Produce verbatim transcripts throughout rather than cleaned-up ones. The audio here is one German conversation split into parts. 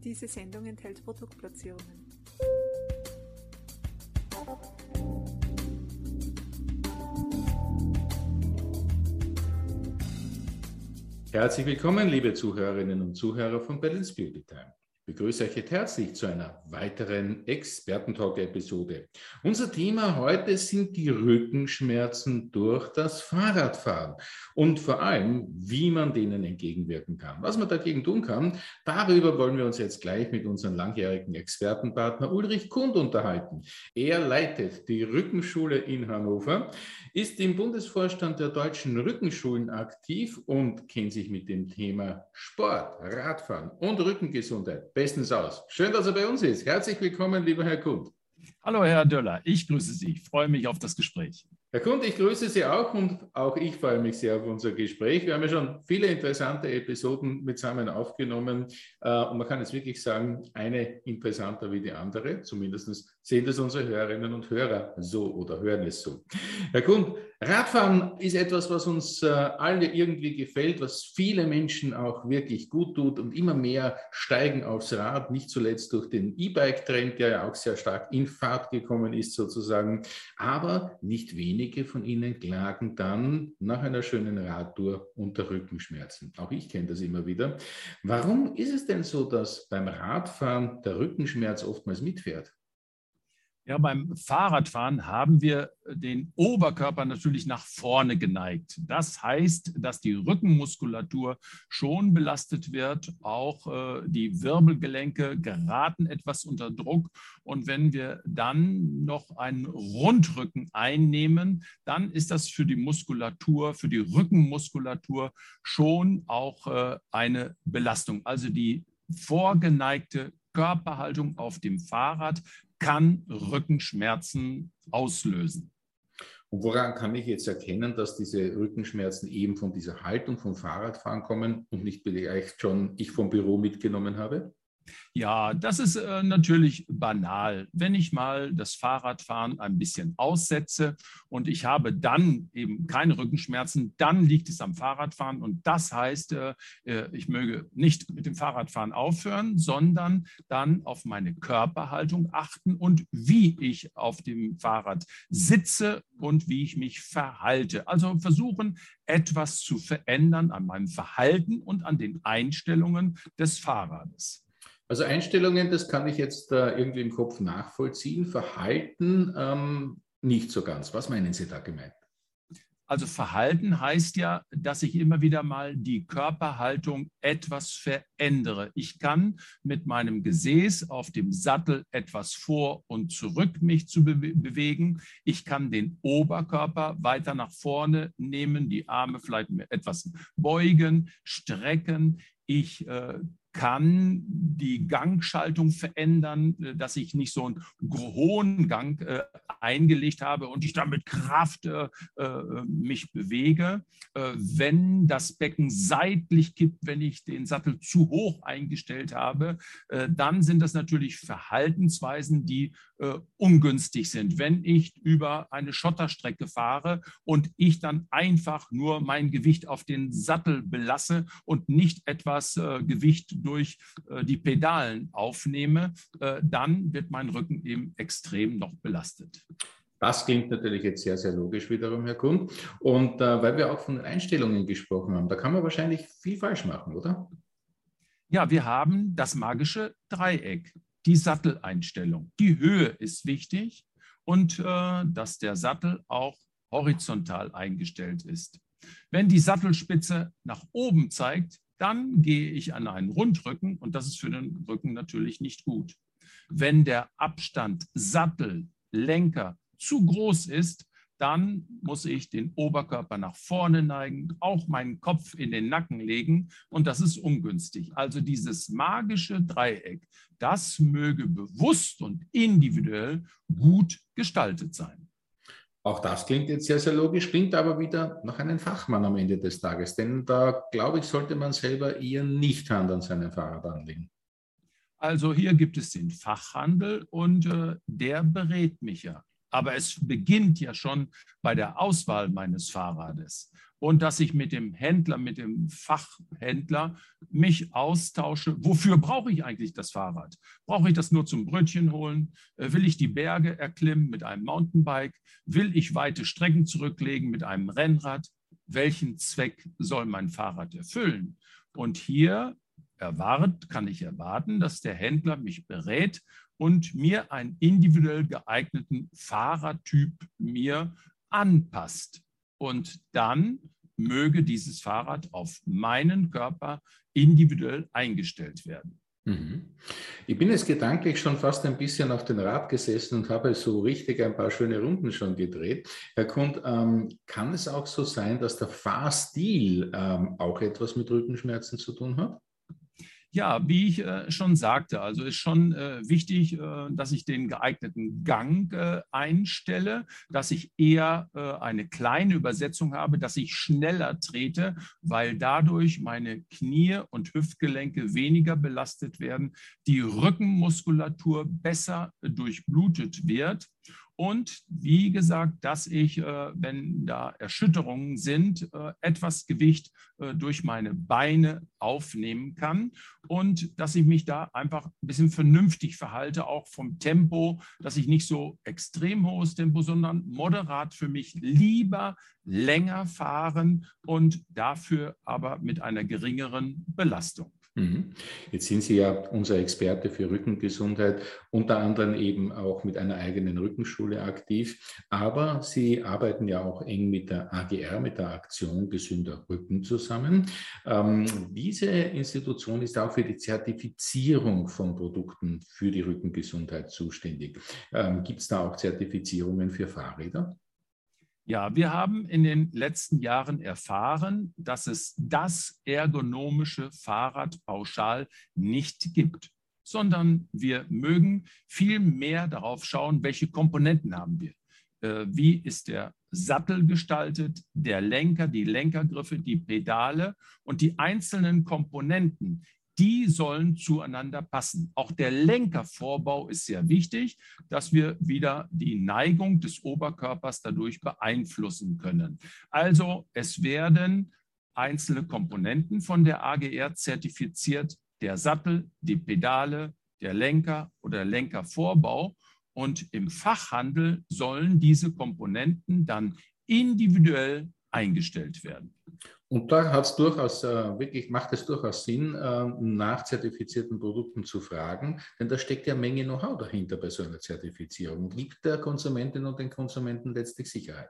Diese Sendung enthält Produktplatzierungen. Herzlich willkommen, liebe Zuhörerinnen und Zuhörer von Balance Beauty Time. Ich begrüße euch jetzt herzlich zu einer weiteren Expertentalk-Episode. Unser Thema heute sind die Rückenschmerzen durch das Fahrradfahren und vor allem, wie man denen entgegenwirken kann. Was man dagegen tun kann, darüber wollen wir uns jetzt gleich mit unserem langjährigen Expertenpartner Ulrich Kund unterhalten. Er leitet die Rückenschule in Hannover, ist im Bundesvorstand der Deutschen Rückenschulen aktiv und kennt sich mit dem Thema Sport, Radfahren und Rückengesundheit bestens aus. Schön, dass er bei uns ist. Herzlich willkommen, lieber Herr Kund. Hallo, Herr Döller. Ich grüße Sie. Ich freue mich auf das Gespräch. Herr Kund, ich grüße Sie auch und auch ich freue mich sehr auf unser Gespräch. Wir haben ja schon viele interessante Episoden mitsammen aufgenommen äh, und man kann jetzt wirklich sagen, eine interessanter wie die andere. Zumindest sehen das unsere Hörerinnen und Hörer so oder hören es so. Herr Kund, Radfahren ist etwas, was uns äh, alle irgendwie gefällt, was viele Menschen auch wirklich gut tut und immer mehr steigen aufs Rad, nicht zuletzt durch den E-Bike-Trend, der ja auch sehr stark in Fahrt gekommen ist sozusagen, aber nicht wenige von ihnen klagen dann nach einer schönen Radtour unter Rückenschmerzen. Auch ich kenne das immer wieder. Warum ist es denn so, dass beim Radfahren der Rückenschmerz oftmals mitfährt? Ja, beim Fahrradfahren haben wir den Oberkörper natürlich nach vorne geneigt. Das heißt, dass die Rückenmuskulatur schon belastet wird. Auch äh, die Wirbelgelenke geraten etwas unter Druck. Und wenn wir dann noch einen Rundrücken einnehmen, dann ist das für die Muskulatur, für die Rückenmuskulatur schon auch äh, eine Belastung. Also die vorgeneigte Körperhaltung auf dem Fahrrad kann Rückenschmerzen auslösen. Und woran kann ich jetzt erkennen, dass diese Rückenschmerzen eben von dieser Haltung vom Fahrradfahren kommen und nicht vielleicht schon ich vom Büro mitgenommen habe? Ja, das ist äh, natürlich banal. Wenn ich mal das Fahrradfahren ein bisschen aussetze und ich habe dann eben keine Rückenschmerzen, dann liegt es am Fahrradfahren und das heißt, äh, ich möge nicht mit dem Fahrradfahren aufhören, sondern dann auf meine Körperhaltung achten und wie ich auf dem Fahrrad sitze und wie ich mich verhalte. Also versuchen, etwas zu verändern an meinem Verhalten und an den Einstellungen des Fahrrades. Also Einstellungen, das kann ich jetzt äh, irgendwie im Kopf nachvollziehen. Verhalten ähm, nicht so ganz. Was meinen Sie da gemeint? Also Verhalten heißt ja, dass ich immer wieder mal die Körperhaltung etwas verändere. Ich kann mit meinem Gesäß auf dem Sattel etwas vor und zurück mich zu be- bewegen. Ich kann den Oberkörper weiter nach vorne nehmen, die Arme vielleicht etwas beugen, strecken. Ich äh, kann die Gangschaltung verändern, dass ich nicht so einen hohen Gang äh, eingelegt habe und ich dann mit Kraft äh, mich bewege. Äh, wenn das Becken seitlich kippt, wenn ich den Sattel zu hoch eingestellt habe, äh, dann sind das natürlich Verhaltensweisen, die äh, ungünstig sind. Wenn ich über eine Schotterstrecke fahre und ich dann einfach nur mein Gewicht auf den Sattel belasse und nicht etwas äh, Gewicht durch äh, die Pedalen aufnehme, äh, dann wird mein Rücken eben extrem noch belastet. Das klingt natürlich jetzt sehr, sehr logisch wiederum, Herr Kund. Und äh, weil wir auch von den Einstellungen gesprochen haben, da kann man wahrscheinlich viel falsch machen, oder? Ja, wir haben das magische Dreieck, die Satteleinstellung. Die Höhe ist wichtig und äh, dass der Sattel auch horizontal eingestellt ist. Wenn die Sattelspitze nach oben zeigt, dann gehe ich an einen Rundrücken und das ist für den Rücken natürlich nicht gut. Wenn der Abstand Sattel, Lenker zu groß ist, dann muss ich den Oberkörper nach vorne neigen, auch meinen Kopf in den Nacken legen und das ist ungünstig. Also dieses magische Dreieck, das möge bewusst und individuell gut gestaltet sein. Auch das klingt jetzt sehr, sehr logisch, klingt aber wieder nach einem Fachmann am Ende des Tages. Denn da, glaube ich, sollte man selber eher nicht Hand an seinem Fahrrad anlegen. Also hier gibt es den Fachhandel und äh, der berät mich ja. Aber es beginnt ja schon bei der Auswahl meines Fahrrades. Und dass ich mit dem Händler, mit dem Fachhändler mich austausche. Wofür brauche ich eigentlich das Fahrrad? Brauche ich das nur zum Brötchen holen? Will ich die Berge erklimmen mit einem Mountainbike? Will ich weite Strecken zurücklegen mit einem Rennrad? Welchen Zweck soll mein Fahrrad erfüllen? Und hier erwart, kann ich erwarten, dass der Händler mich berät und mir einen individuell geeigneten Fahrradtyp mir anpasst. Und dann möge dieses Fahrrad auf meinen Körper individuell eingestellt werden. Mhm. Ich bin jetzt gedanklich schon fast ein bisschen auf den Rad gesessen und habe so richtig ein paar schöne Runden schon gedreht. Herr Kund, ähm, kann es auch so sein, dass der Fahrstil ähm, auch etwas mit Rückenschmerzen zu tun hat? Ja, wie ich äh, schon sagte, also ist schon äh, wichtig, äh, dass ich den geeigneten Gang äh, einstelle, dass ich eher äh, eine kleine Übersetzung habe, dass ich schneller trete, weil dadurch meine Knie und Hüftgelenke weniger belastet werden, die Rückenmuskulatur besser äh, durchblutet wird. Und wie gesagt, dass ich, äh, wenn da Erschütterungen sind, äh, etwas Gewicht äh, durch meine Beine aufnehmen kann und dass ich mich da einfach ein bisschen vernünftig verhalte, auch vom Tempo, dass ich nicht so extrem hohes Tempo, sondern moderat für mich lieber länger fahren und dafür aber mit einer geringeren Belastung. Jetzt sind Sie ja unser Experte für Rückengesundheit, unter anderem eben auch mit einer eigenen Rückenschule aktiv. Aber Sie arbeiten ja auch eng mit der A G R, mit der Aktion Gesünder Rücken zusammen. Ähm, diese Institution ist auch für die Zertifizierung von Produkten für die Rückengesundheit zuständig. Ähm, gibt es da auch Zertifizierungen für Fahrräder? Ja, wir haben in den letzten Jahren erfahren, dass es das ergonomische Fahrrad pauschal nicht gibt, sondern wir mögen viel mehr darauf schauen, welche Komponenten haben wir. Äh, wie ist der Sattel gestaltet, der Lenker, die Lenkergriffe, die Pedale und die einzelnen Komponenten. Die sollen zueinander passen. Auch der Lenkervorbau ist sehr wichtig, dass wir wieder die Neigung des Oberkörpers dadurch beeinflussen können. Also es werden einzelne Komponenten von der A G R zertifiziert, der Sattel, die Pedale, der Lenker oder der Lenkervorbau. Und im Fachhandel sollen diese Komponenten dann individuell eingestellt werden. Und da hat es durchaus, äh, wirklich macht es durchaus Sinn, äh, nach zertifizierten Produkten zu fragen, denn da steckt ja eine Menge Know-how dahinter bei so einer Zertifizierung. Gibt der Konsumentin und den Konsumenten letztlich Sicherheit?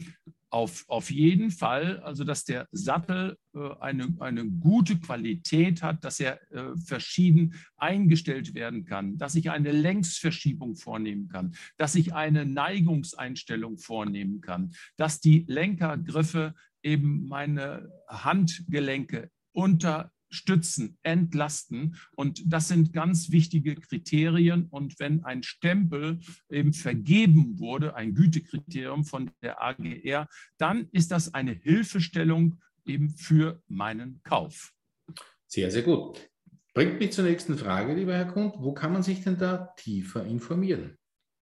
Auf, auf jeden Fall, also dass der Sattel äh, eine, eine gute Qualität hat, dass er äh, verschieden eingestellt werden kann, dass ich eine Längsverschiebung vornehmen kann, dass ich eine Neigungseinstellung vornehmen kann, dass die Lenkergriffe eben meine Handgelenke unterstützen, entlasten. Und das sind ganz wichtige Kriterien. Und wenn ein Stempel eben vergeben wurde, ein Gütekriterium von der A G R, dann ist das eine Hilfestellung eben für meinen Kauf. Sehr, sehr gut. Bringt mich zur nächsten Frage, lieber Herr Kund. Wo kann man sich denn da tiefer informieren?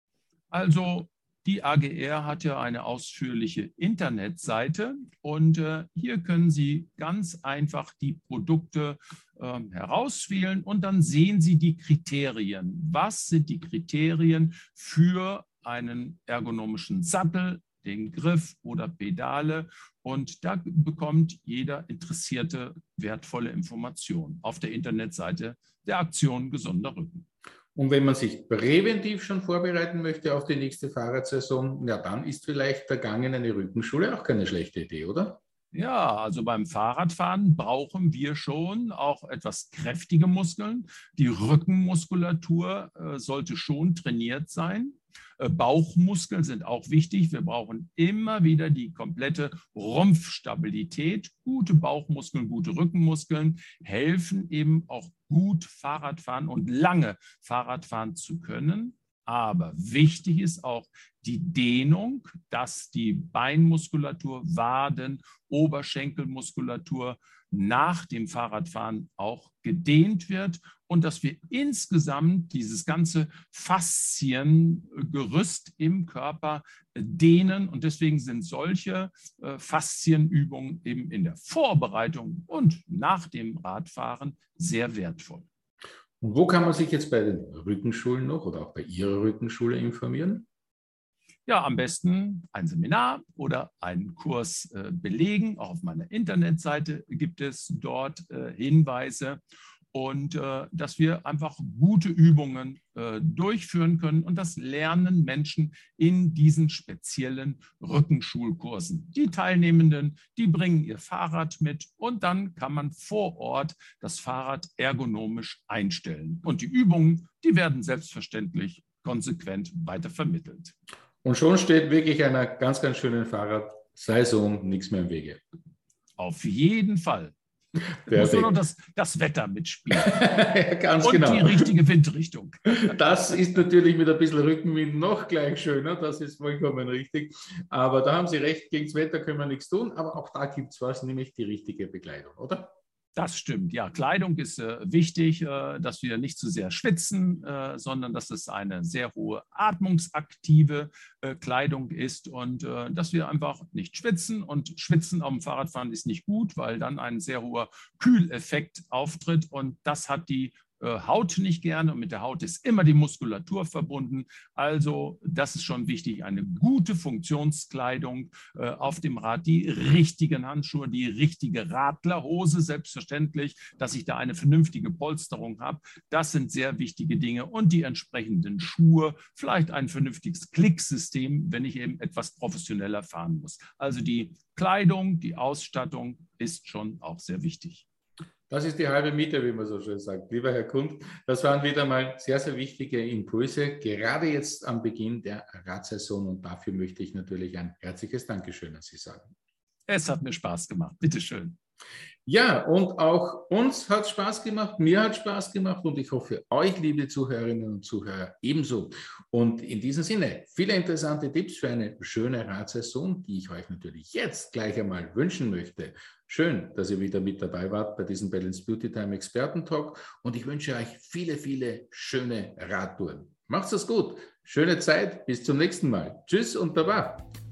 Also die A G R hat ja eine ausführliche Internetseite und äh, hier können Sie ganz einfach die Produkte äh, herauswählen und dann sehen Sie die Kriterien. Was sind die Kriterien für einen ergonomischen Sattel, den Griff oder Pedale? Und da bekommt jeder Interessierte wertvolle Informationen auf der Internetseite der Aktion Gesunder Rücken. Und wenn man sich präventiv schon vorbereiten möchte auf die nächste Fahrradsaison, ja, dann ist vielleicht vergangen eine Rückenschule auch keine schlechte Idee, oder? Ja, also beim Fahrradfahren brauchen wir schon auch etwas kräftige Muskeln. Die Rückenmuskulatur äh, sollte schon trainiert sein. Äh, Bauchmuskeln sind auch wichtig. Wir brauchen immer wieder die komplette Rumpfstabilität. Gute Bauchmuskeln, gute Rückenmuskeln helfen eben auch gut Fahrradfahren und lange Fahrradfahren zu können. Aber wichtig ist auch die Dehnung, dass die Beinmuskulatur, Waden, Oberschenkelmuskulatur nach dem Fahrradfahren auch gedehnt wird und dass wir insgesamt dieses ganze Fasziengerüst im Körper dehnen. Und deswegen sind solche äh, Faszienübungen eben in der Vorbereitung und nach dem Radfahren sehr wertvoll. Und wo kann man sich jetzt bei den Rückenschulen noch oder auch bei Ihrer Rückenschule informieren? Ja, am besten ein Seminar oder einen Kurs äh, belegen. Auch auf meiner Internetseite gibt es dort äh, Hinweise. Und äh, dass wir einfach gute Übungen äh, durchführen können. Und das lernen Menschen in diesen speziellen Rückenschulkursen. Die Teilnehmenden, die bringen ihr Fahrrad mit und dann kann man vor Ort das Fahrrad ergonomisch einstellen. Und die Übungen, die werden selbstverständlich konsequent weiter vermittelt. Und schon steht wirklich einer ganz, ganz schönen Fahrradsaison nichts mehr im Wege. Auf jeden Fall. Da muss nur noch das, das Wetter mitspielen. Ja, ganz und genau. die richtige Windrichtung. Das ist natürlich mit ein bisschen Rückenwind noch gleich schöner, das ist vollkommen richtig. Aber da haben Sie recht, gegen das Wetter können wir nichts tun, aber auch da gibt es was, nämlich die richtige Bekleidung, oder? Das stimmt, ja. Kleidung ist äh, wichtig, äh, dass wir nicht zu sehr schwitzen, äh, sondern dass es eine sehr hohe atmungsaktive äh, Kleidung ist und äh, dass wir einfach nicht schwitzen. Und Schwitzen auf dem Fahrradfahren ist nicht gut, weil dann ein sehr hoher Kühleffekt auftritt und das hat die Haut nicht gerne und mit der Haut ist immer die Muskulatur verbunden. Also das ist schon wichtig, eine gute Funktionskleidung äh, auf dem Rad, die richtigen Handschuhe, die richtige Radlerhose, selbstverständlich, dass ich da eine vernünftige Polsterung habe. Das sind sehr wichtige Dinge und die entsprechenden Schuhe, vielleicht ein vernünftiges Klicksystem, wenn ich eben etwas professioneller fahren muss. Also die Kleidung, die Ausstattung ist schon auch sehr wichtig. Das ist die halbe Miete, wie man so schön sagt. Lieber Herr Kundt, das waren wieder mal sehr, sehr wichtige Impulse, gerade jetzt am Beginn der Radsaison. Und dafür möchte ich natürlich ein herzliches Dankeschön an Sie sagen. Es hat mir Spaß gemacht. Bitteschön. Ja, und auch uns hat Spaß gemacht, mir hat Spaß gemacht und ich hoffe, euch, liebe Zuhörerinnen und Zuhörer, ebenso. Und in diesem Sinne, viele interessante Tipps für eine schöne Radsaison, die ich euch natürlich jetzt gleich einmal wünschen möchte. Schön, dass ihr wieder mit dabei wart bei diesem Balance Beauty Time Experten-Talk und ich wünsche euch viele, viele schöne Radtouren. Macht's es gut, schöne Zeit, bis zum nächsten Mal. Tschüss und Baba.